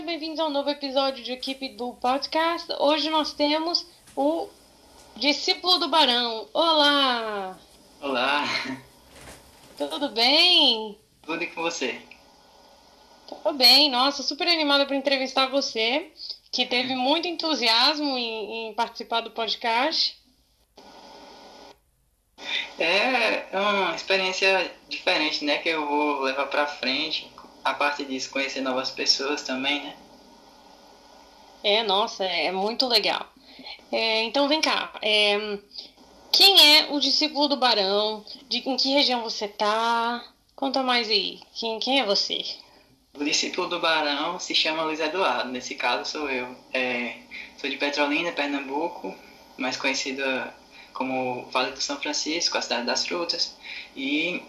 Bem-vindos a um novo episódio de Equipe do Podcast. Hoje nós temos o discípulo do Barão. Olá! Olá, Tudo bem? tudo e com você? Tudo bem, nossa, super animada para entrevistar você, que teve muito entusiasmo em participar do podcast. É uma experiência diferente, né, que eu vou levar pra frente. A parte disso, conhecer novas pessoas também, né? Nossa, é muito legal. Então vem cá, quem é o discípulo do Barão? Em que região você tá? Conta mais aí, quem é você? O discípulo do Barão se chama Luiz Eduardo, nesse caso sou eu. Sou de Petrolina, Pernambuco, mais conhecida como Vale do São Francisco, a cidade das frutas. E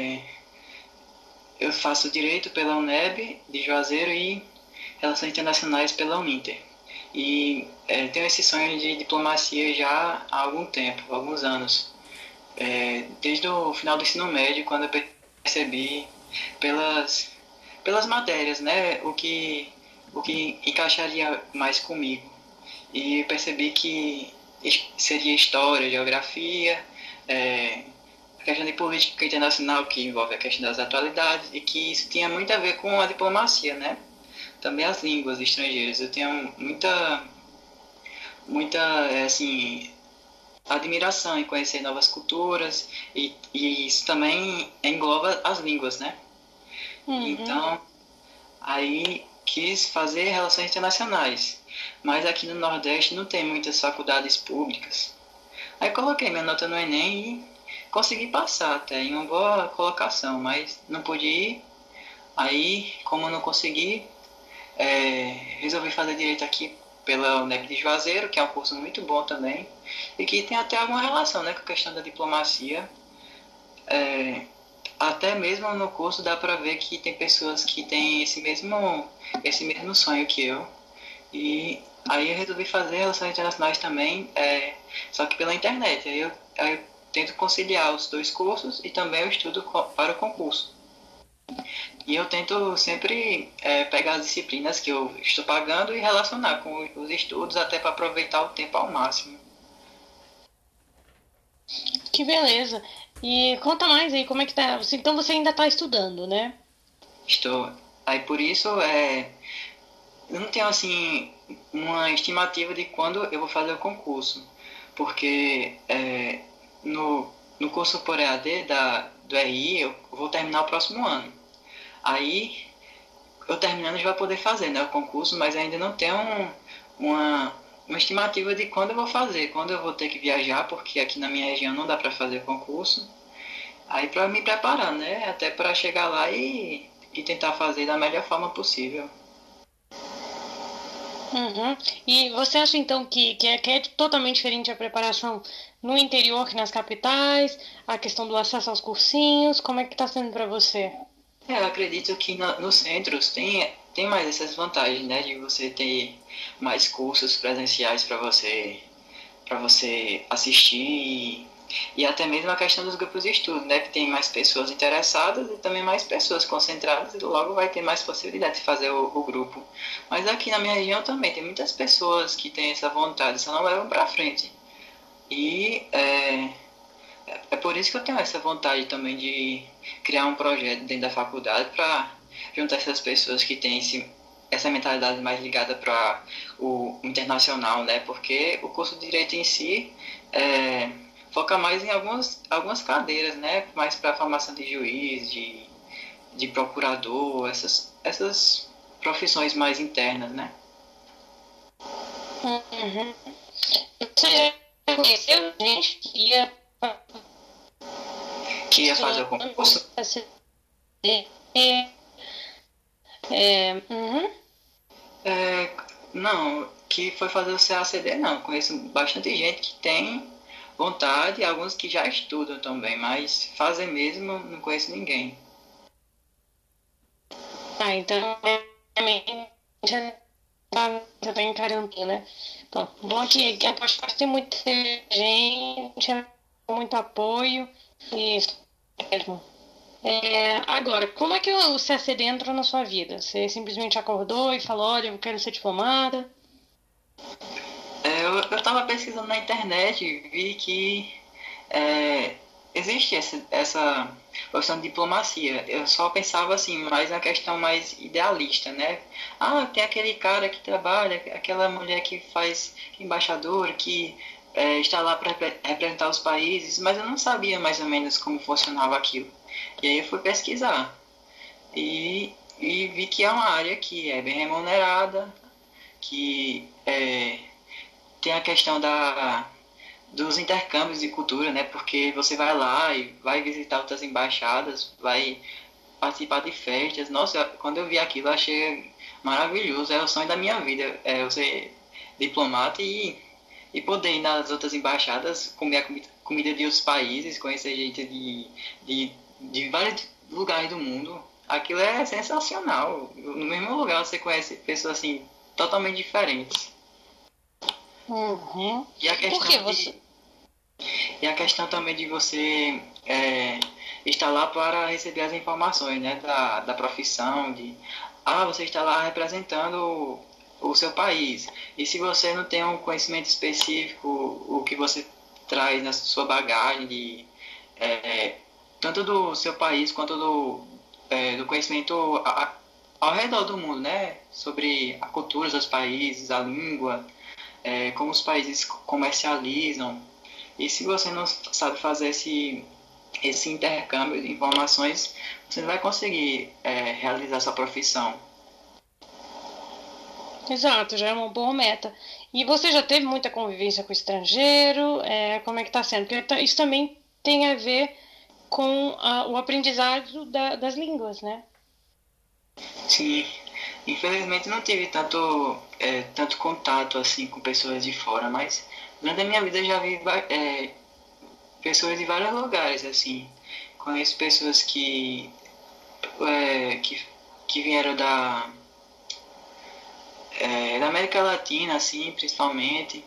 eu faço Direito pela UNEB de Juazeiro e Relações Internacionais pela Uninter. E tenho esse sonho de diplomacia já há algum tempo, há alguns anos. Desde o final do ensino médio, quando eu percebi pelas matérias, né, o que encaixaria mais comigo. E percebi que seria história, geografia, a questão de política internacional, que envolve a questão das atualidades, e que isso tinha muito a ver com a diplomacia, né? Também as línguas estrangeiras. Eu tenho muita assim, admiração em conhecer novas culturas, e isso também engloba as línguas, né? Uhum. Então, aí quis fazer relações internacionais, mas aqui no Nordeste não tem muitas faculdades públicas. Aí coloquei minha nota no Enem e consegui passar até em uma boa colocação, mas não pude ir. Aí, como eu não consegui, resolvi fazer direito aqui pela UNEB de Juazeiro, que é um curso muito bom também, e que tem até alguma relação, né, com a questão da diplomacia. É, Até mesmo no curso dá para ver que tem pessoas que têm esse mesmo sonho que eu. E aí eu resolvi fazer relações internacionais também, só que pela internet. Aí eu tento conciliar os dois cursos e também o estudo para o concurso. E eu tento sempre pegar as disciplinas que eu estou pagando e relacionar com os estudos, até para aproveitar o tempo ao máximo. Que beleza. E conta mais aí, como é que tá? Então você ainda tá estudando, né? Estou. Aí por isso eu não tenho assim uma estimativa de quando eu vou fazer o concurso, porque no curso por EAD do RI eu vou terminar o próximo ano. Aí eu terminando já vou poder fazer, né, o concurso, mas ainda não tenho uma, uma estimativa de quando eu vou fazer, quando eu vou ter que viajar, porque aqui na minha região não dá para fazer concurso. Aí para me preparar, né, até para chegar lá e tentar fazer da melhor forma possível. Uhum. E você acha então que é totalmente diferente a preparação no interior que nas capitais, a questão do acesso aos cursinhos, como é que tá sendo pra você? Eu acredito que nos centros tem mais essas vantagens, né, de você ter mais cursos presenciais para você assistir, e até mesmo a questão dos grupos de estudo, né, que tem mais pessoas interessadas e também mais pessoas concentradas, e logo vai ter mais possibilidade de fazer o grupo. Mas aqui na minha região também tem muitas pessoas que têm essa vontade, só não levam para frente. E é por isso que eu tenho essa vontade também de criar um projeto dentro da faculdade para juntar essas pessoas que têm essa mentalidade mais ligada para o internacional, né? Porque o curso de Direito em si foca mais em algumas cadeiras, né? Mais para a formação de juiz, de procurador, essas profissões mais internas, né? Uhum. Você já conheceu gente que ia Que ia fazer o estudando concurso. pra ser- uhum. É, não, que foi fazer o CACD, não. Conheço bastante gente que tem vontade, e alguns que já estudam também, mas fazer mesmo não conheço ninguém. Então realmente já tá encarando, né? Então, bom que a podcast tem muita gente, muito apoio e isso mesmo. Agora, como é que o CACD entrou na sua vida? Você simplesmente acordou e falou, olha, eu quero ser diplomata? Eu tava pesquisando na internet e vi que é, existe essa profissão de diplomacia. Eu só pensava assim, mais na questão mais idealista, né? Ah, tem aquele cara que trabalha, aquela mulher que faz embaixador, que está lá para representar os países, mas eu não sabia mais ou menos como funcionava aquilo. E aí eu fui pesquisar e vi que é uma área que é bem remunerada, que tem a questão dos intercâmbios de cultura, né? Porque você vai lá e vai visitar outras embaixadas, vai participar de festas. Nossa, quando eu vi aquilo, eu achei maravilhoso. É o sonho da minha vida, eu ser diplomata e poder ir nas outras embaixadas, comer a comida de outros países, conhecer gente de, de vários lugares do mundo. Aquilo é sensacional. No mesmo lugar você conhece pessoas assim totalmente diferentes. Uhum. E a Por questão que de você... E a questão também de você estar lá para receber as informações, né, da profissão, você está lá representando o seu país. E se você não tem um conhecimento específico, o que você traz na sua bagagem, é, tanto do seu país quanto do conhecimento ao redor do mundo, né, sobre a cultura dos países, a língua, como os países comercializam. E se você não sabe fazer esse intercâmbio de informações, você não vai conseguir realizar sua profissão. Exato, já é uma boa meta. E você já teve muita convivência com o estrangeiro? Como é que está sendo? Porque isso também tem a ver com o aprendizado das línguas, né? Sim, infelizmente não tive tanto contato assim com pessoas de fora, mas durante a minha vida eu já vi pessoas de vários lugares, assim. Conheço pessoas é, que, que vieram da América Latina, assim, principalmente.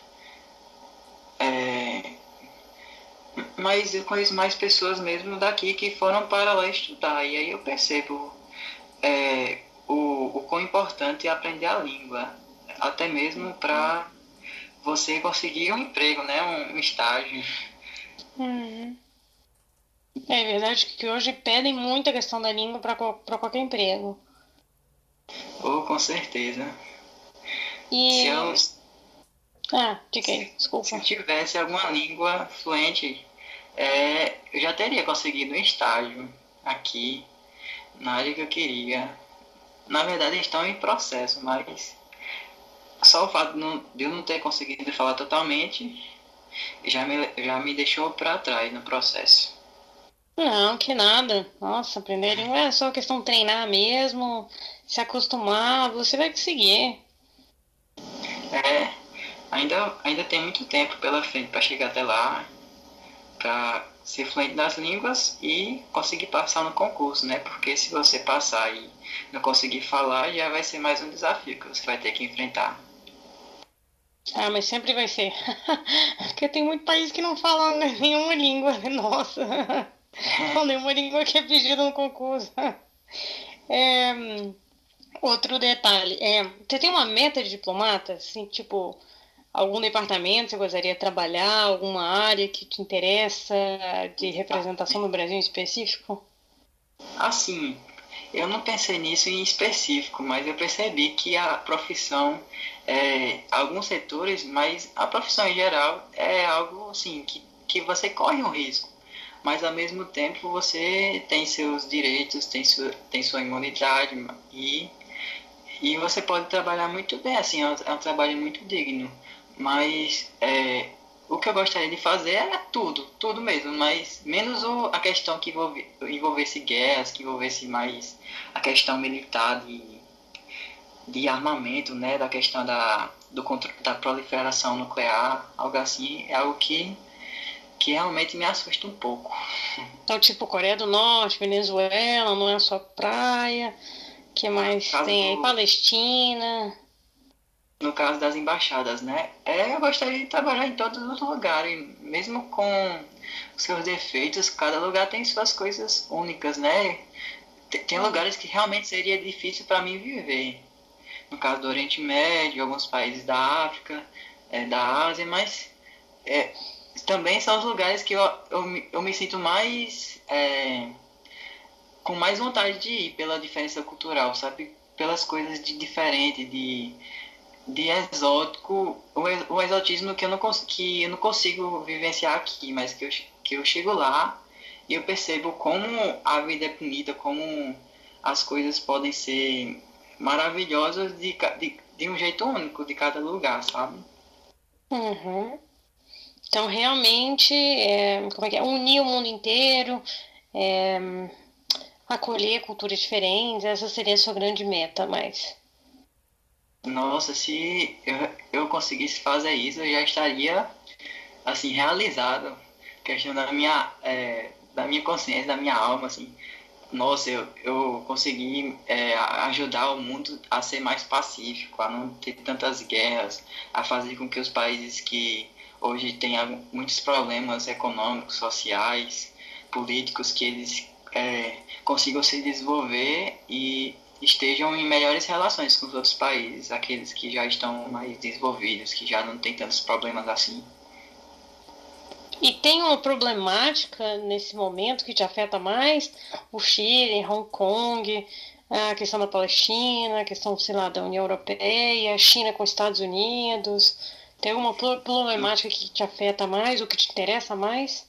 É, mas eu conheço mais pessoas mesmo daqui que foram para lá estudar. E aí eu percebo o quão importante é aprender a língua. Até mesmo para você conseguir um emprego, né? Um estágio. Uhum. É verdade que hoje pedem muito a questão da língua para qualquer emprego. Ou com certeza. Se eu, E. Ah, diga se, aí, se eu desculpa. tivesse alguma língua fluente, eu já teria conseguido um estágio aqui na área que eu queria. Na verdade, estão em processo, mas só o fato de eu não ter conseguido falar totalmente já me deixou para trás no processo. Não, que nada. Nossa, aprender língua é só questão de treinar mesmo, se acostumar, você vai conseguir. É, ainda tem muito tempo pela frente para chegar até lá, para ser fluente nas línguas e conseguir passar no concurso, né? Porque se você passar e não conseguir falar, já vai ser mais um desafio que você vai ter que enfrentar. Ah, mas sempre vai ser. Porque tem muito país que não fala nenhuma língua. Nossa. Não, nenhuma língua que é pedida no concurso. É, outro detalhe. Você tem uma meta de diplomata? Assim, tipo, algum departamento que você gostaria de trabalhar? Alguma área que te interessa de representação no Brasil em específico? Assim, eu não pensei nisso em específico, mas eu percebi que a profissão, alguns setores, mas a profissão em geral é algo assim que você corre um risco, mas ao mesmo tempo você tem seus direitos, tem sua imunidade e você pode trabalhar muito bem, assim, é um trabalho muito digno. Mas o que eu gostaria de fazer é tudo mesmo, mas menos a questão que envolvesse guerras, que envolvesse mais a questão militar de armamento, né, da questão da proliferação nuclear, algo assim, é algo que realmente me assusta um pouco. Então, tipo, Coreia do Norte, Venezuela, não é só praia. Que No mais caso tem aí? do, Palestina. no caso das embaixadas, né? Eu gostaria de trabalhar em todos os lugares, mesmo com seus defeitos, cada lugar tem suas coisas únicas, né? Tem Hum, lugares que realmente seria difícil para mim viver. No caso do Oriente Médio, alguns países da África, da Ásia, mas é, também são os lugares que eu me sinto mais com mais vontade de ir pela diferença cultural, sabe? Pelas coisas de diferente, de exótico, o exotismo que eu não consigo vivenciar aqui, mas que eu chego lá e eu percebo como a vida é bonita, como as coisas podem ser maravilhosas de um jeito único de cada lugar, sabe? uhum. Então, realmente, como é que é? Unir o mundo inteiro, é, acolher culturas diferentes, essa seria a sua grande meta, mas. Nossa, se eu conseguisse fazer isso, eu já estaria assim realizado. Questão da minha consciência, da minha alma, assim. Nossa, eu consegui ajudar o mundo a ser mais pacífico, a não ter tantas guerras, a fazer com que os países que hoje têm muitos problemas econômicos, sociais, políticos, que eles consigam se desenvolver e estejam em melhores relações com os outros países, aqueles que já estão mais desenvolvidos, que já não têm tantos problemas assim. E tem uma problemática nesse momento que te afeta mais? O Chile, Hong Kong, a questão da Palestina, a questão, sei lá, da União Europeia, a China com os Estados Unidos. Tem alguma problemática que te afeta mais, ou que te interessa mais?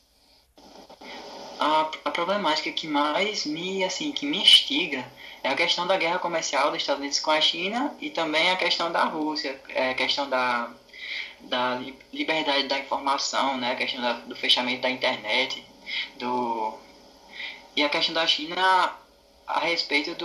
A problemática que mais que me instiga é a questão da guerra comercial dos Estados Unidos com a China e também a questão da Rússia, a questão da liberdade da informação, né, a questão do fechamento da internet, do, e a questão da China a respeito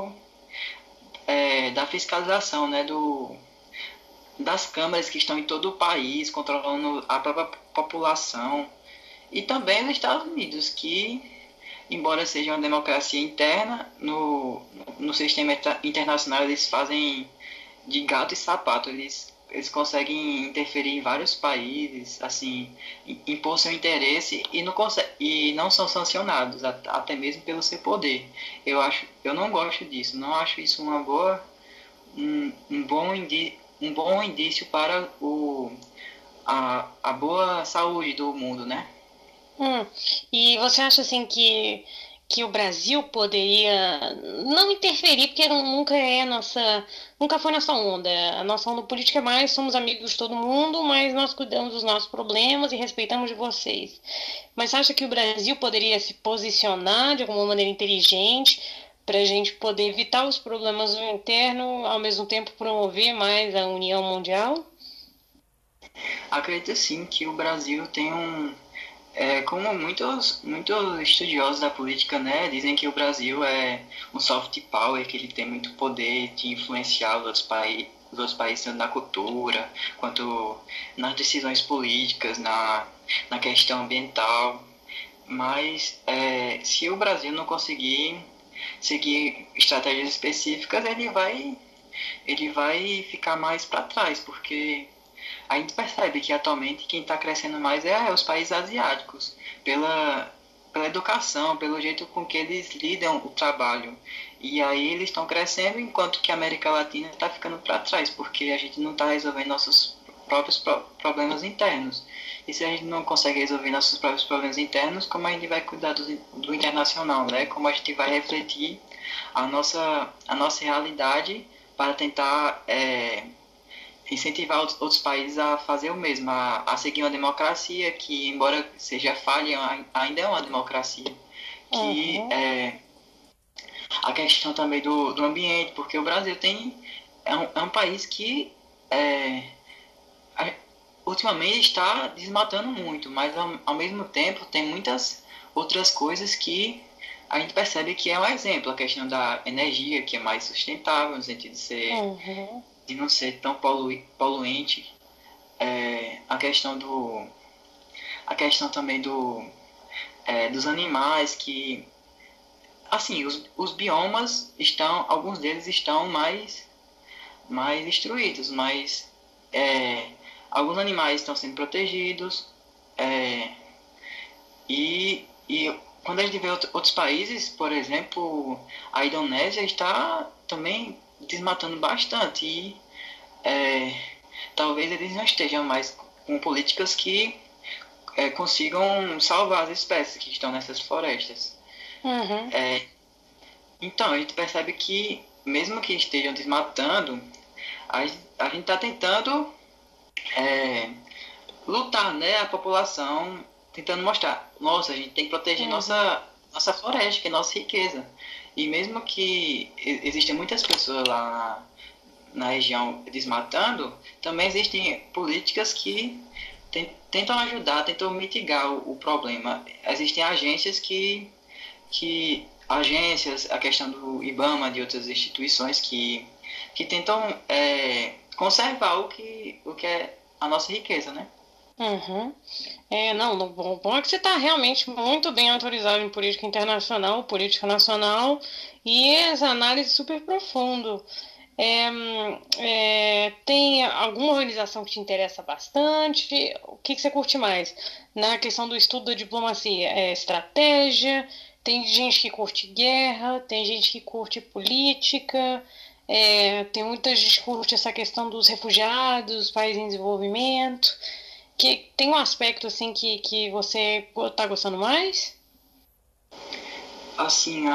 da fiscalização, né, das câmeras que estão em todo o país, controlando a própria população. E também os Estados Unidos, que, embora seja uma democracia interna, no sistema internacional eles fazem de gato e sapato. Eles conseguem interferir em vários países, assim, impor seu interesse e não são sancionados, até mesmo pelo seu poder. Eu não gosto disso, não acho isso um bom indício para a boa saúde do mundo, né? Hum. E você acha assim que o Brasil poderia não interferir, porque nunca é nossa, nunca foi nossa onda. A nossa onda política é mais, somos amigos de todo mundo, mas nós cuidamos dos nossos problemas e respeitamos de vocês. Mas você acha que o Brasil poderia se posicionar de alguma maneira inteligente para a gente poder evitar os problemas no interno, ao mesmo tempo promover mais a união mundial? Acredito sim que o Brasil tem como muitos estudiosos da política, né, dizem que o Brasil é um soft power, que ele tem muito poder de influenciar os outros países tanto na cultura, quanto nas decisões políticas, na questão ambiental. Mas se o Brasil não conseguir seguir estratégias específicas, ele vai ficar mais para trás, porque a gente percebe que atualmente quem está crescendo mais é os países asiáticos, pela educação, pelo jeito com que eles lidam o trabalho. E aí eles estão crescendo enquanto que a América Latina está ficando para trás, porque a gente não está resolvendo nossos próprios problemas internos. E se a gente não consegue resolver nossos próprios problemas internos, como a gente vai cuidar do internacional, né? Como a gente vai refletir a nossa realidade para tentar incentivar outros países a fazer o mesmo, a seguir uma democracia que, embora seja falha, ainda é uma democracia. Que Uhum. a questão também do ambiente, porque o Brasil é um país que a- ultimamente está desmatando muito, mas ao mesmo tempo tem muitas outras coisas que a gente percebe que é um exemplo, a questão da energia, que é mais sustentável, no sentido Uhum. de não ser tão poluente, a questão a questão também dos animais que, assim, os biomas estão, alguns deles estão mais mais destruídos, mas alguns animais estão sendo protegidos, é, e quando a gente vê outros países, por exemplo, a Indonésia está também desmatando bastante e é, talvez eles não estejam mais com políticas que consigam salvar as espécies que estão nessas florestas. Uhum. É, então, a gente percebe que, mesmo que estejam desmatando, a gente está tentando é, lutar, né, a população, tentando mostrar, nossa, a gente tem que proteger Uhum. nossa floresta, que é nossa riqueza. E mesmo que existem muitas pessoas lá na região desmatando, também existem políticas que tentam ajudar, tentam mitigar o problema. Existem agências agências, a questão do IBAMA, de outras instituições que tentam conservar o que é a nossa riqueza, né? Uhum. Não, o bom é que você está realmente muito bem autorizado em política internacional, política nacional e essa análise super profundo. Tem alguma organização que te interessa bastante? O que você curte mais? Na questão do estudo da diplomacia, estratégia? Tem gente que curte guerra, tem gente que curte política, tem muita gente que curte essa questão dos refugiados, países em desenvolvimento. Tem um aspecto assim que você tá gostando mais? Assim,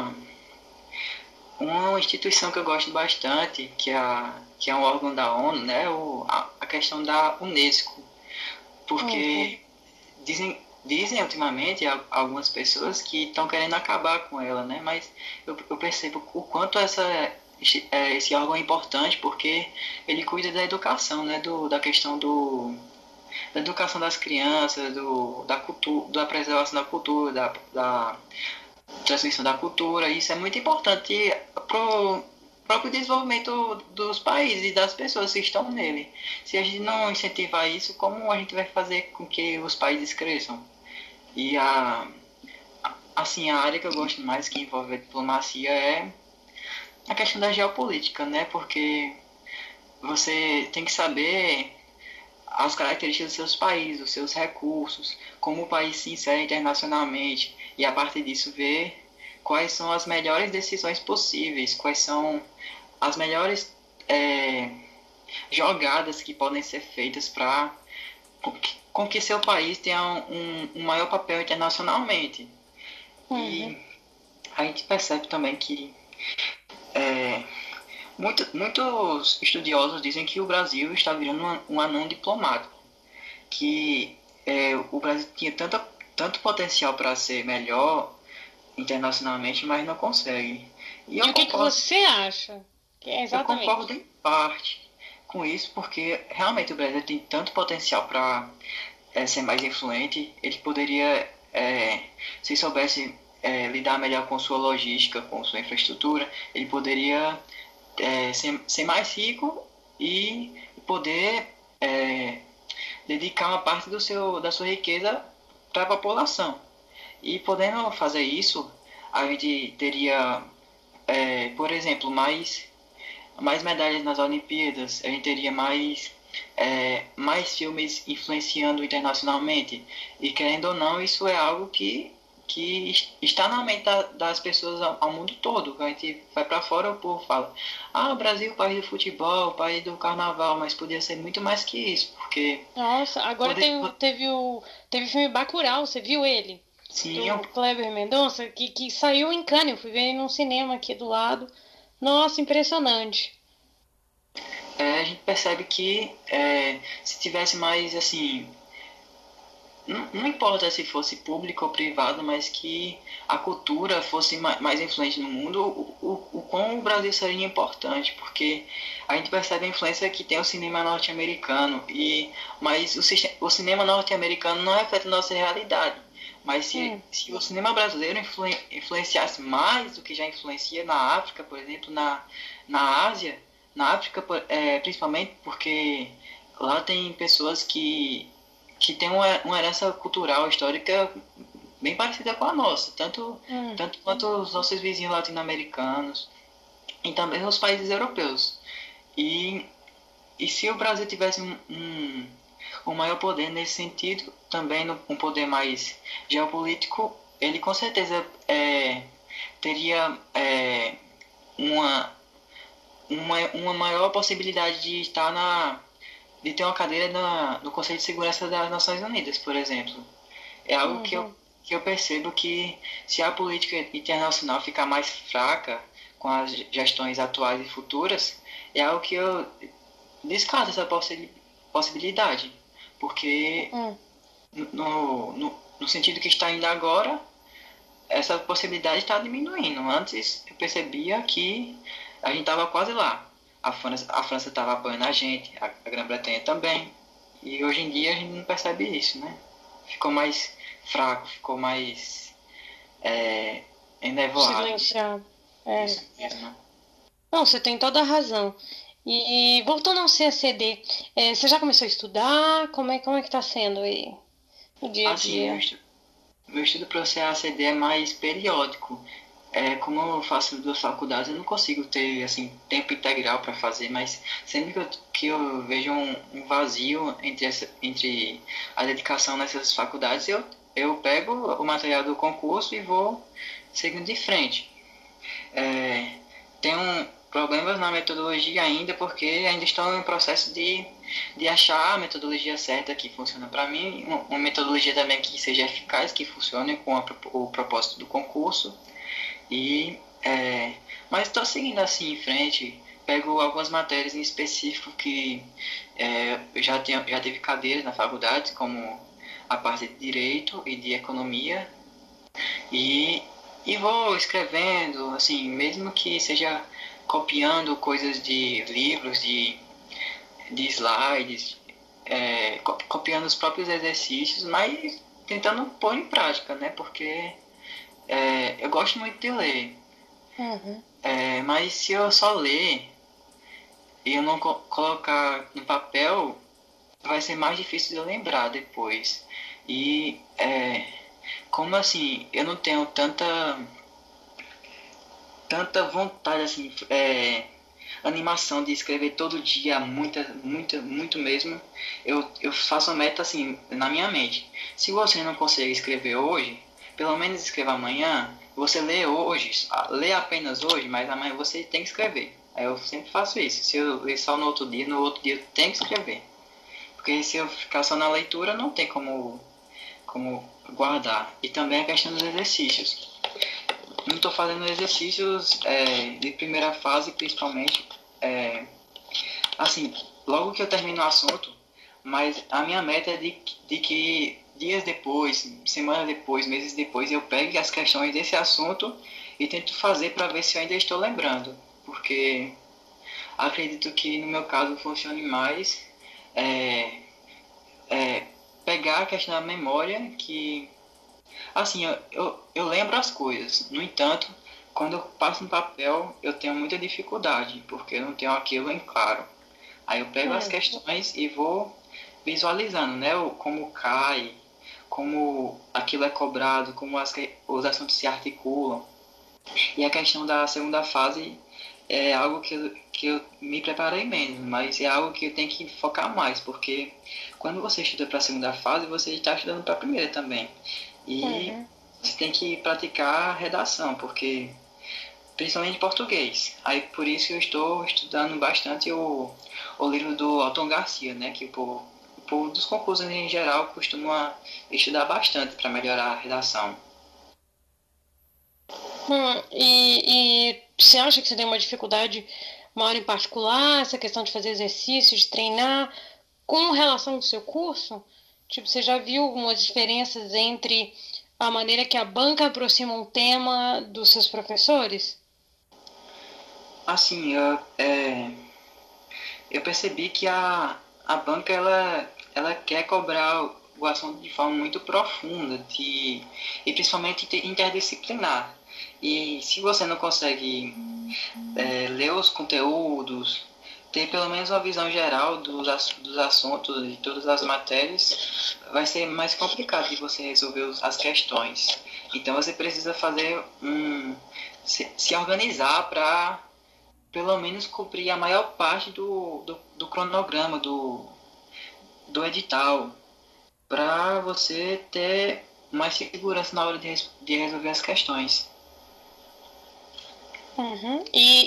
uma instituição que eu gosto bastante, que é um órgão da ONU, né? A questão da Unesco, Uhum. porque dizem ultimamente algumas pessoas que estão querendo acabar com ela, né? Mas eu percebo o quanto esse órgão é importante, porque ele cuida da educação, né? Da questão da educação das crianças, da cultura, da preservação da cultura, da transmissão da cultura. Isso é muito importante para o próprio desenvolvimento dos países e das pessoas que estão nele. Se a gente não incentivar isso, como a gente vai fazer com que os países cresçam? E assim, a área que eu gosto mais que envolve a diplomacia é a questão da geopolítica, né? Porque você tem que saber as características dos seus países, os seus recursos, como o país se insere internacionalmente e a partir disso ver quais são as melhores decisões possíveis, quais são as melhores jogadas que podem ser feitas para com que seu país tenha um maior papel internacionalmente. Uhum. E a gente percebe também que é, muitos estudiosos dizem que o Brasil está virando um anão diplomático, que o Brasil tinha tanto potencial para ser melhor internacionalmente, mas não consegue. E E o que que você acha? Que é eu concordo exatamente. em parte com isso, porque realmente o Brasil tem tanto potencial para ser mais influente, ele poderia, se soubesse lidar melhor com sua logística, com sua infraestrutura, ele poderia ser mais rico e poder dedicar uma parte da sua riqueza para a população. E podendo fazer isso, a gente teria, por exemplo, mais medalhas nas Olimpíadas, a gente teria mais filmes influenciando internacionalmente. E querendo ou não, isso é algo que está na mente das pessoas ao mundo todo. A gente vai para fora, o povo fala: ah, o Brasil é o país do futebol, o país do carnaval, mas podia ser muito mais que isso, porque Nossa, agora poder, teve filme Bacurau, você viu ele? sim, Do Kleber Mendonça, que saiu em Cannes, eu fui ver ele num cinema aqui do lado. Nossa, impressionante. a gente percebe que se tivesse mais assim, não importa se fosse público ou privado, mas que a cultura fosse mais influente no mundo, o quão o Brasil seria importante, porque a gente percebe a influência que tem o cinema norte-americano, mas o cinema norte-americano não reflete a nossa realidade. Mas Hum, se o cinema brasileiro influenciasse mais do que já influencia na África, por exemplo, na Ásia, na África principalmente porque lá tem pessoas que têm uma herança cultural, histórica bem parecida com a nossa, hum, tanto quanto os nossos vizinhos latino-americanos e também os países europeus. E, e se o Brasil tivesse um maior poder nesse sentido, também um poder mais geopolítico, ele com certeza teria uma, uma maior possibilidade de estar de ter uma cadeira no Conselho de Segurança das Nações Unidas, por exemplo. É algo que eu percebo que se a política internacional ficar mais fraca com as gestões atuais e futuras, é algo que eu descarto essa possibilidade. Porque no sentido que está indo agora, essa possibilidade está diminuindo. Antes eu percebia que a gente estava quase lá. A França estava apoiando a gente, a Grã-Bretanha também. E hoje em dia a gente não percebe isso, né? Ficou mais fraco, ficou mais enevoado. Silenciado. Isso mesmo. Não, você tem toda a razão. E voltando ao CACD, você já começou a estudar? Como é que está sendo aí o dia a dia? Meu estudo para o CACD é mais periódico. Como eu faço duas faculdades, eu não consigo ter assim, tempo integral para fazer, mas sempre que eu vejo um vazio entre a dedicação nessas faculdades, eu pego o material do concurso e vou seguindo de frente. Tenho problemas na metodologia ainda, porque ainda estou em processo de achar a metodologia certa que funciona para mim, uma metodologia também que seja eficaz, que funcione com o propósito do concurso. Mas estou seguindo assim em frente, pego algumas matérias em específico que já tive cadeiras na faculdade, como a parte de Direito e de Economia, e vou escrevendo, assim, mesmo que seja copiando coisas de livros, de slides, copiando os próprios exercícios, mas tentando pôr em prática, né? Porque eu gosto muito de ler. Mas se eu só ler e eu não colocar no papel, vai ser mais difícil de eu lembrar depois. E como assim, eu não tenho tanta vontade, assim, animação de escrever todo dia, muito mesmo, eu faço a meta assim, na minha mente. Se você não consegue escrever hoje, pelo menos escreva amanhã. Você lê hoje, lê apenas hoje, mas amanhã você tem que escrever. Aí eu sempre faço isso. Se eu ler só no outro dia eu tenho que escrever. Porque se eu ficar só na leitura, não tem como guardar. E também a questão dos exercícios. Não estou fazendo exercícios de primeira fase, principalmente. Assim, logo que eu termino o assunto, mas a minha meta é de que dias depois, semanas depois, meses depois, eu pegue as questões desse assunto e tento fazer para ver se eu ainda estou lembrando. Porque acredito que no meu caso funcione mais pegar a questão da memória, que assim, eu lembro as coisas. No entanto, quando eu passo no papel, eu tenho muita dificuldade, porque eu não tenho aquilo em claro. Aí eu pego as questões e vou visualizando, né? Como cai, como aquilo é cobrado, como os assuntos se articulam. E a questão da segunda fase é algo que eu me preparei menos, mas é algo que eu tenho que focar mais, porque quando você estuda para a segunda fase, você está estudando para a primeira também. E você tem que praticar redação, porque principalmente português. Aí por isso eu estou estudando bastante o livro do Alton Garcia, né? Que o povo dos concursos em geral costuma estudar bastante para melhorar a redação. E você acha que você tem uma dificuldade maior em particular, essa questão de fazer exercício, de treinar, com relação ao seu curso? Tipo, você já viu algumas diferenças entre a maneira que a banca aproxima um tema dos seus professores? Assim, eu percebi que a banca ela quer cobrar o assunto de forma muito profunda e principalmente interdisciplinar. E se você não consegue ler os conteúdos, ter pelo menos uma visão geral dos assuntos de todas as matérias, vai ser mais complicado de você resolver as questões. Então você precisa fazer se organizar para pelo menos cumprir a maior parte do cronograma, do edital, para você ter mais segurança na hora de resolver as questões. Uhum.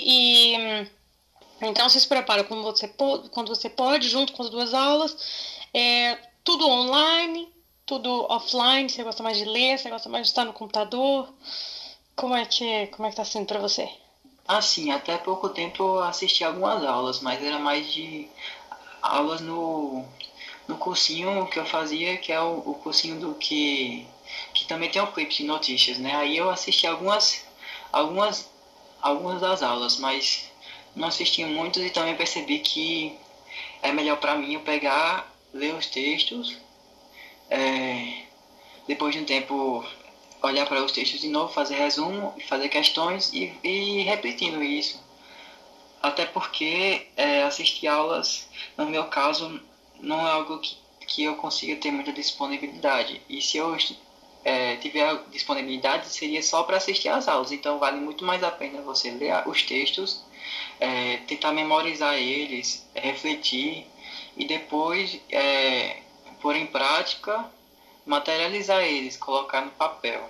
Então você se prepara quando você pode, junto com as duas aulas. Tudo online, tudo offline. Você gosta mais de ler? Você gosta mais de estar no computador? Como é que tá sendo para você? Assim, até pouco tempo eu assisti algumas aulas, mas era mais de aulas no cursinho que eu fazia, que é o cursinho que também tem o clipe de notícias, né? Aí eu assisti algumas, algumas das aulas, mas não assisti muitas e também percebi que é melhor para mim eu pegar, ler os textos, é, depois de um tempo olhar para os textos de novo, fazer resumo, fazer questões e repetindo isso. Até porque assistir aulas, no meu caso, não é algo que eu consiga ter muita disponibilidade. E se eu tiver disponibilidade, seria só para assistir às aulas. Então vale muito mais a pena você ler os textos, tentar memorizar eles, refletir e depois pôr em prática, materializar eles, colocar no papel.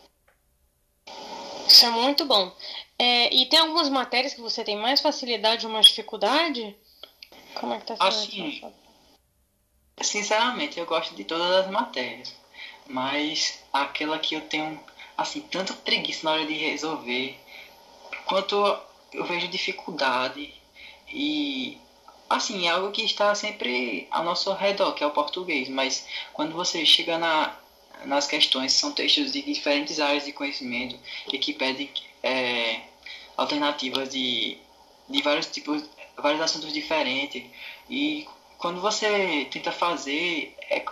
Isso é muito bom. E tem algumas matérias que você tem mais facilidade ou mais dificuldade? Como é que tá Assim, sendo? sinceramente, eu gosto de todas as matérias, mas aquela que eu tenho assim tanta preguiça na hora de resolver, quanto eu vejo dificuldade e assim, é algo que está sempre ao nosso redor, que é o português, mas quando você chega nas questões, são textos de diferentes áreas de conhecimento e que pedem alternativas de vários tipos, vários assuntos diferentes. E quando você tenta fazer,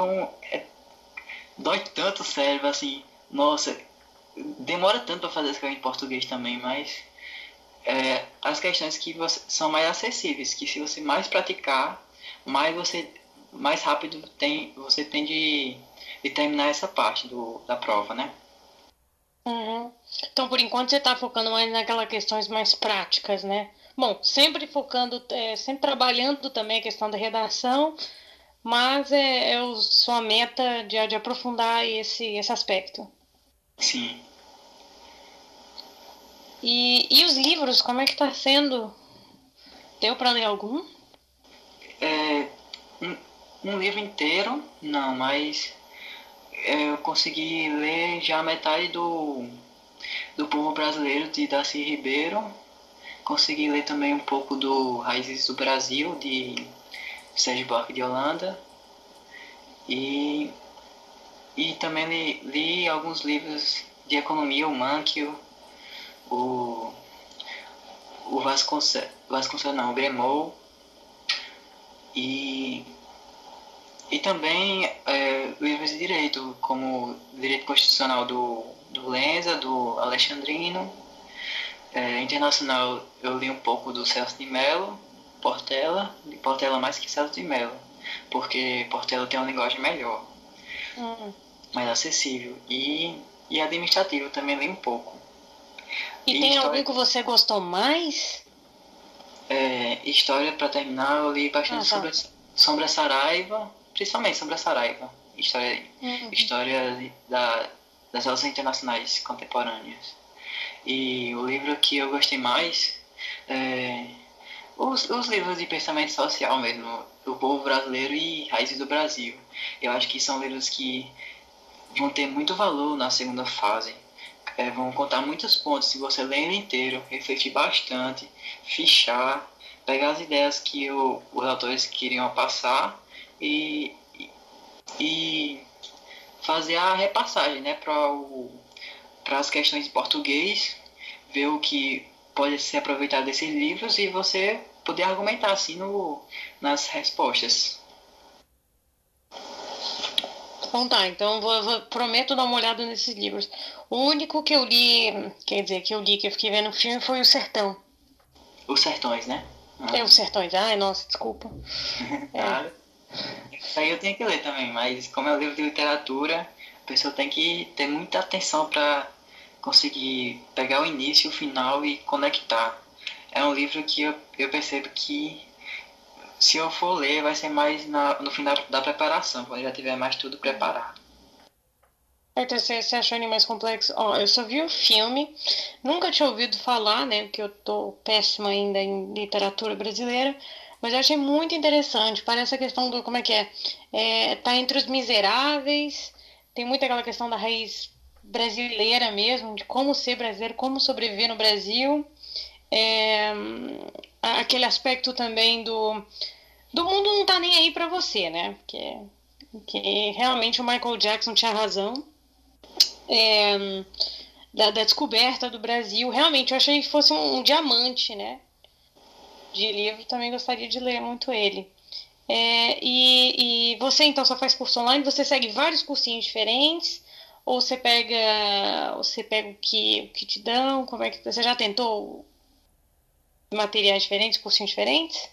dói tanto o cérebro, assim, nossa, demora tanto para fazer as coisas em português também, mas as questões que são mais acessíveis, que se você mais praticar, mais rápido você tem de terminar essa parte da prova, né? Uhum. Então, por enquanto, você está focando mais naquelas questões mais práticas, né? Bom, sempre focando, sempre trabalhando também a questão da redação, mas sua meta de aprofundar esse aspecto. Sim. E os livros, como é que está sendo? Deu para ler algum? É, um, um livro inteiro, não, mas eu consegui ler já metade do Povo Brasileiro, de Darcy Ribeiro. Consegui ler também um pouco do Raízes do Brasil, de Sérgio Buarque de Holanda. E, e também li alguns livros de economia, o Mankio, o, o Vasconcelos, não, o Gremol. E E também livros de direito, como Direito Constitucional do Lenza, do Alexandrino. Internacional eu li um pouco do Celso de Mello, de Portela mais que Celso de Mello, porque Portela tem uma linguagem melhor, Hum. mais acessível. E administrativo também li um pouco. E tem algum que você gostou mais? História, para terminar, eu li bastante Tá. sobre a Saraiva, principalmente sobre a Saraiva. História das relações internacionais contemporâneas. E o livro que eu gostei mais os livros de pensamento social mesmo, O Povo Brasileiro e Raízes do Brasil. Eu acho que são livros que vão ter muito valor na segunda fase. Vão contar muitos pontos se você ler ele inteiro, refletir bastante, fichar, pegar as ideias que os autores queriam passar e, e fazer a repassagem, né, para as questões de português, ver o que pode ser aproveitado desses livros e você poder argumentar assim nas respostas. Bom, tá, então prometo dar uma olhada nesses livros. O único que eu li, quer dizer, que eu fiquei vendo o filme foi O Sertão. Os Sertões, né? Os Sertões, ai, nossa, desculpa. Nada. Isso aí eu tenho que ler também, mas como é um livro de literatura, a pessoa tem que ter muita atenção para conseguir pegar o início, o final e conectar. é um livro que eu percebo que se eu for ler vai ser mais no final da preparação, quando já tiver mais tudo preparado. Então, você achou ele mais complexo? Ó, eu só vi o filme, nunca tinha ouvido falar, né? Porque eu tô péssima ainda em literatura brasileira, mas eu achei muito interessante. Parece a questão do, como é que é? Tá entre os miseráveis, tem muito aquela questão da raiz brasileira mesmo, de como ser brasileiro, como sobreviver no Brasil. É, aquele aspecto também do mundo não tá nem aí pra você, né? Que realmente o Michael Jackson tinha razão. Da descoberta do Brasil. Realmente, eu achei que fosse um diamante, né? De livro, também gostaria de ler muito ele. E você, então, só faz curso online? Você segue vários cursinhos diferentes? Ou você pega o que te dão? Como é que você já tentou materiais diferentes, cursinhos diferentes?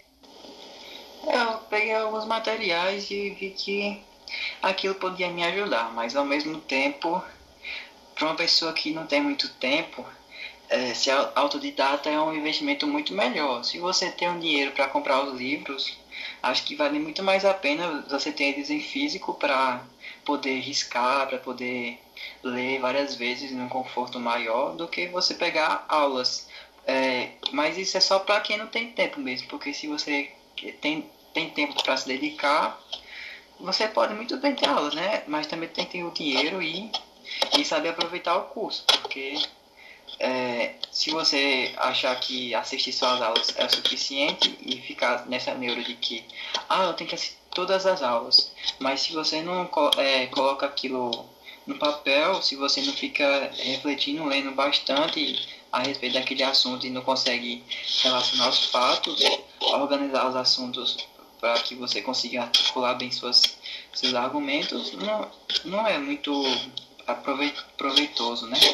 Eu peguei alguns materiais e vi que aquilo podia me ajudar, mas ao mesmo tempo, para uma pessoa que não tem muito tempo, ser autodidata é um investimento muito melhor. Se você tem o dinheiro para comprar os livros, acho que vale muito mais a pena você ter eles em físico para poder riscar, para poder ler várias vezes num conforto maior do que você pegar aulas. Mas isso é só para quem não tem tempo mesmo, porque se você tem tempo para se dedicar, você pode muito bem ter aulas, né? Mas também tem que ter o dinheiro e saber aproveitar o curso, porque se você achar que assistir só as aulas é o suficiente e ficar nessa neura de que eu tenho que assistir todas as aulas, mas se você não coloca aquilo no papel, se você não fica refletindo, lendo bastante a respeito daquele assunto e não consegue relacionar os fatos, organizar os assuntos para que você consiga articular bem seus argumentos, não é muito proveitoso, né?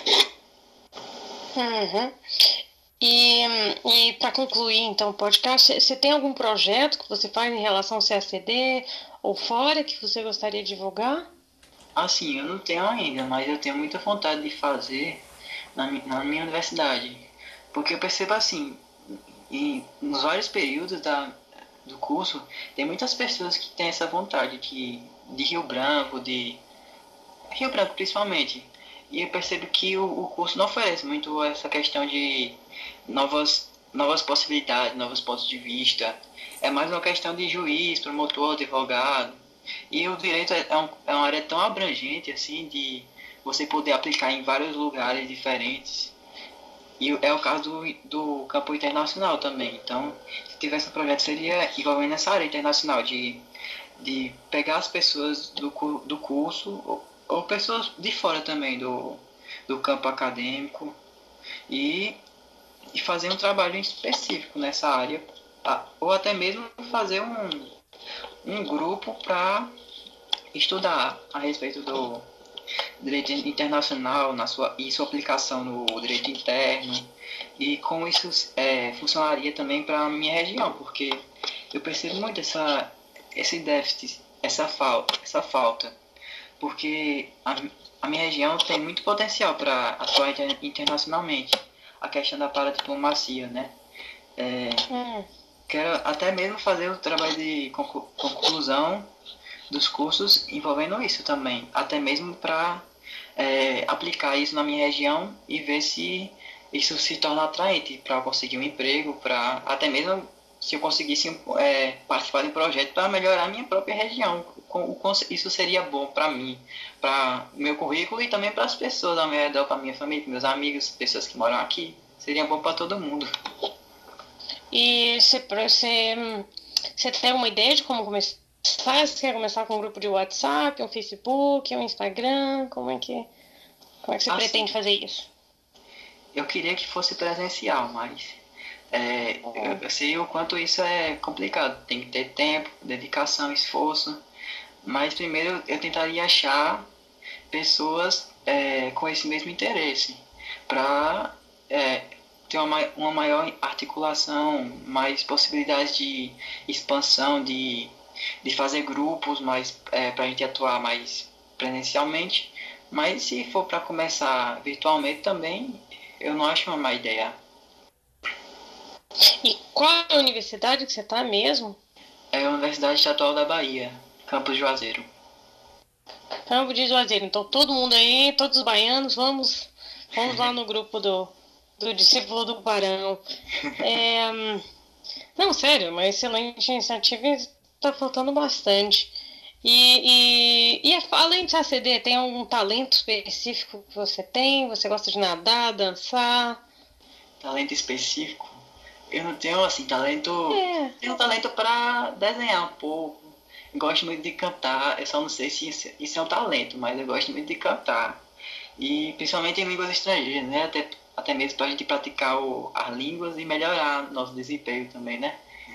Uhum. E para concluir, então, o podcast, você tem algum projeto que você faz em relação ao CACD ou fora que você gostaria de divulgar? Assim, eu não tenho ainda, mas eu tenho muita vontade de fazer na minha universidade. Porque eu percebo assim, nos vários períodos do curso, tem muitas pessoas que têm essa vontade de Rio Branco principalmente. E eu percebo que o curso não oferece muito essa questão de novas possibilidades, novos pontos de vista. É mais uma questão de juiz, promotor, advogado. E o direito é uma área tão abrangente, assim, de você poder aplicar em vários lugares diferentes. E é o caso do campo internacional também. Então, se tivesse um projeto, seria envolvendo essa área internacional, de pegar as pessoas do curso, ou pessoas de fora também do campo acadêmico, e fazer um trabalho específico nessa área, ou até mesmo fazer um grupo para estudar a respeito do direito internacional e sua aplicação no direito interno, e como isso funcionaria também para a minha região, porque eu percebo muito esse déficit, essa falta, porque a minha região tem muito potencial para atuar internacionalmente, a questão da paradiplomacia, né? Quero até mesmo fazer o trabalho de conclusão dos cursos envolvendo isso também, até mesmo para aplicar isso na minha região e ver se isso se torna atraente para conseguir um emprego, para até mesmo se eu conseguisse participar de um projeto para melhorar a minha própria região. Isso seria bom para mim, para meu currículo e também para as pessoas ao meu redor, para minha família, meus amigos, pessoas que moram aqui. Seria bom para todo mundo. E você tem uma ideia de como começar? Você quer começar com um grupo de WhatsApp, um Facebook, um Instagram? Como é que você pretende fazer isso? Eu queria que fosse presencial, mas eu sei o quanto isso é complicado. Tem que ter tempo, dedicação, esforço. Mas primeiro eu tentaria achar pessoas com esse mesmo interesse, para ter uma maior articulação, mais possibilidades de expansão, de fazer grupos mais para a gente atuar mais presencialmente. Mas se for para começar virtualmente também, eu não acho uma má ideia. E qual é a universidade que você tá mesmo? É a Universidade Estadual da Bahia, Campus Juazeiro. Campo de Juazeiro. Então todo mundo aí, todos os baianos, vamos lá no grupo do discípulo do Barão. É, não, sério, uma excelente iniciativa e está faltando bastante. Além de ACD, tem algum talento específico que você tem? Você gosta de nadar, dançar? Talento específico? Eu não tenho, assim, talento... É. Tenho talento para desenhar um pouco. Gosto muito de cantar. Eu só não sei se isso é um talento, mas eu gosto muito de cantar. E principalmente em línguas estrangeiras, né? Até mesmo para a gente praticar as línguas e melhorar nosso desempenho também, né?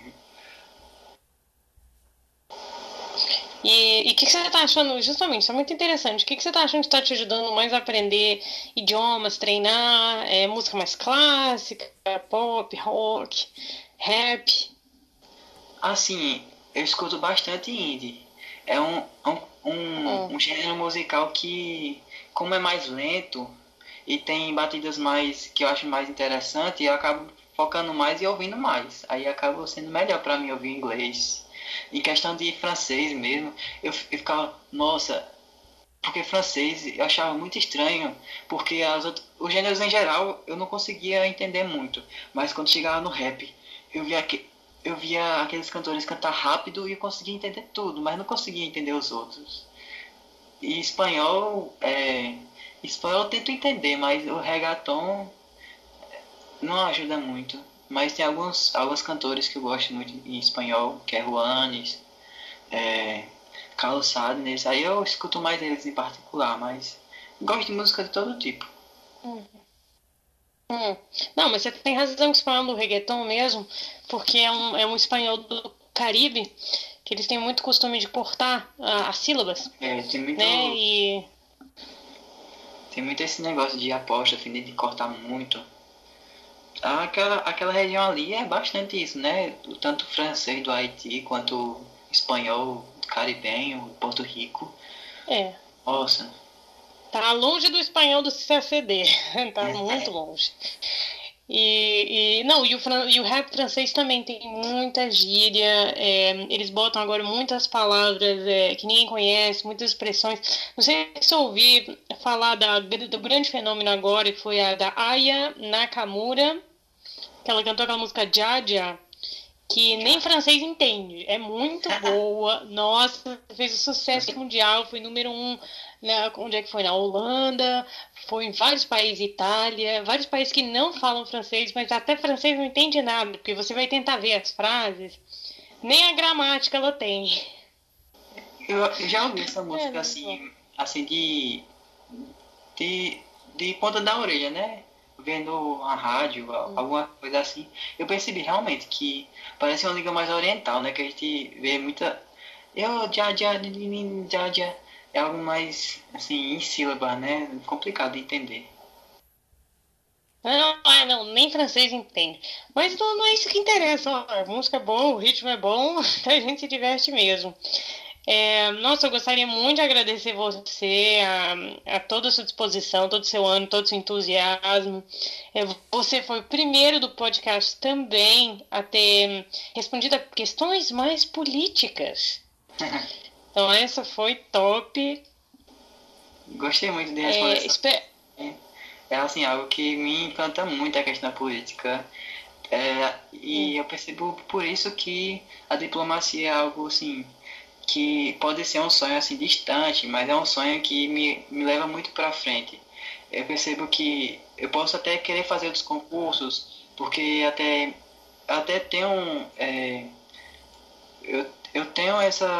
E o que você está achando, justamente, isso é muito interessante. O que você está achando que está te ajudando mais a aprender idiomas, treinar, música mais clássica, pop, rock, rap? Assim, eu escuto bastante indie. É Hum. um gênero musical que, como é mais lento e tem batidas mais que eu acho mais interessante, eu acabo focando mais e ouvindo mais. Aí acaba sendo melhor para mim ouvir inglês. Em questão de francês mesmo, eu ficava, nossa, porque francês eu achava muito estranho, porque os gêneros em geral eu não conseguia entender muito, mas quando chegava no rap, eu via, eu via aqueles cantores cantar rápido e eu conseguia entender tudo, mas não conseguia entender os outros. E espanhol eu tento entender, mas o reggaeton não ajuda muito. Mas tem alguns cantores que eu gosto muito em espanhol, que é Juanes, é, Carlos Sadness, aí eu escuto mais eles em particular, mas gosto de música de todo tipo. Hum. Hum. Não, mas você tem razão que falando do reggaeton mesmo, porque é um espanhol do Caribe, que eles têm muito costume de cortar as sílabas, É, né? E tem muito esse negócio de aposta, assim, de cortar muito. Aquela região ali é bastante isso, né? Tanto o francês do Haiti quanto o espanhol caribenho, Porto Rico. é, Nossa, tá longe do espanhol do CACD, tá muito longe. Não, e o rap francês também tem muita gíria, eles botam agora muitas palavras que ninguém conhece, muitas expressões. Não sei se eu ouvi falar do grande fenômeno agora, que foi a da Aya Nakamura, que ela cantou aquela música Jaja, que nem francês entende. É muito boa. Nossa, fez um sucesso mundial, foi número um, né, onde é que foi? Na Holanda, foi em vários países, Itália, vários países que não falam francês, mas até francês não entende nada, porque você vai tentar ver as frases, nem a gramática ela tem. eu já ouvi essa É, música muito bom. assim de, de ponta da orelha, né? Vendo a rádio, alguma coisa assim. Eu percebi realmente que parece uma língua mais oriental, né? Que a gente vê muita. Já. É algo mais, assim, em sílabas, né? Complicado de entender. Não, nem francês entende. Mas não é isso que interessa. Ó, a música é boa, o ritmo é bom, a gente se diverte mesmo. Nossa, eu gostaria muito de agradecer você, a toda a sua disposição, todo o seu ano, todo o seu entusiasmo. Você foi o primeiro do podcast também a ter respondido a questões mais políticas. Então, essa foi top. Gostei muito de responder essa. Espero. É assim, algo que me encanta muito a questão política. E eu percebo por isso que a diplomacia é algo assim que pode ser um sonho assim distante, mas é um sonho que me leva muito para frente. Eu percebo que eu posso até querer fazer outros concursos, porque até tenho eu tenho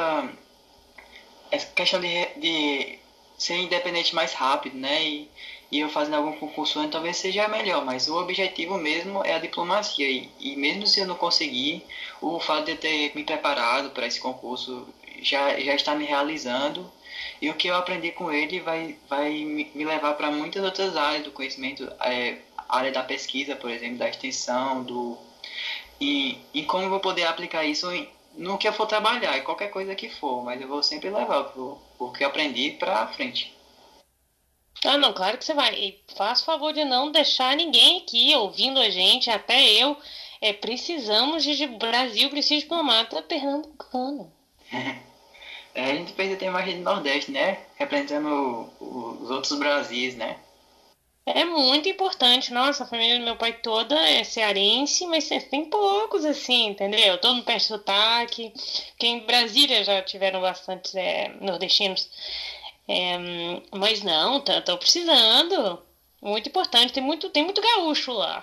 essa questão de ser independente mais rápido, né? E eu fazendo algum concurso antes talvez seja melhor, mas o objetivo mesmo é a diplomacia. E mesmo se eu não conseguir, o fato de eu ter me preparado para esse concurso já está me realizando. E o que eu aprendi com ele vai me levar para muitas outras áreas do conhecimento, a área da pesquisa, por exemplo, da extensão, e como eu vou poder aplicar isso no que eu for trabalhar, e qualquer coisa que for, mas eu vou sempre levar o que eu aprendi para frente. Ah, não, claro que você vai. E faça o favor de não deixar ninguém aqui ouvindo a gente, até eu, Precisamos de Brasil, precisa de diplomata pernambucano. A gente precisa ter mais gente do Nordeste, né? Representando os outros Brasis, né? É muito importante. Nossa, a família do meu pai toda é cearense, mas tem poucos assim, entendeu? Todo mundo perde sotaque. Porque em Brasília já tiveram bastantes nordestinos. Mas não, estão precisando. Muito importante. Tem muito gaúcho lá.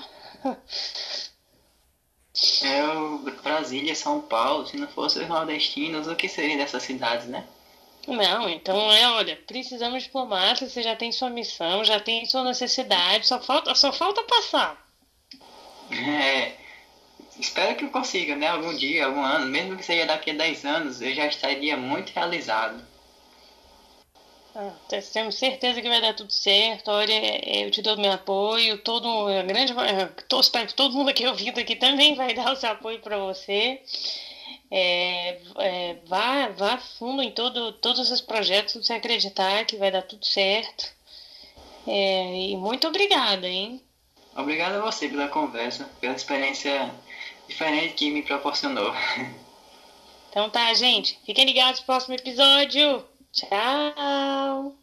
O Brasília, São Paulo, se não fossem os nordestinos, o que seria dessas cidades, né? Não, então olha, precisamos de diplomata, você já tem sua missão, já tem sua necessidade, só falta passar. É, espero que eu consiga, né? Algum dia, algum ano, mesmo que seja daqui a 10 anos, eu já estaria muito realizado. Temos certeza que vai dar tudo certo. Olha, eu te dou meu apoio. Espero que todo mundo aqui ouvindo aqui também vai dar o seu apoio para você. Vá fundo em todos os projetos, você acreditar que vai dar tudo certo. E muito obrigada, hein? Obrigado a você pela conversa, pela experiência diferente que me proporcionou. Então tá, gente. Fiquem ligados no próximo episódio. Tchau!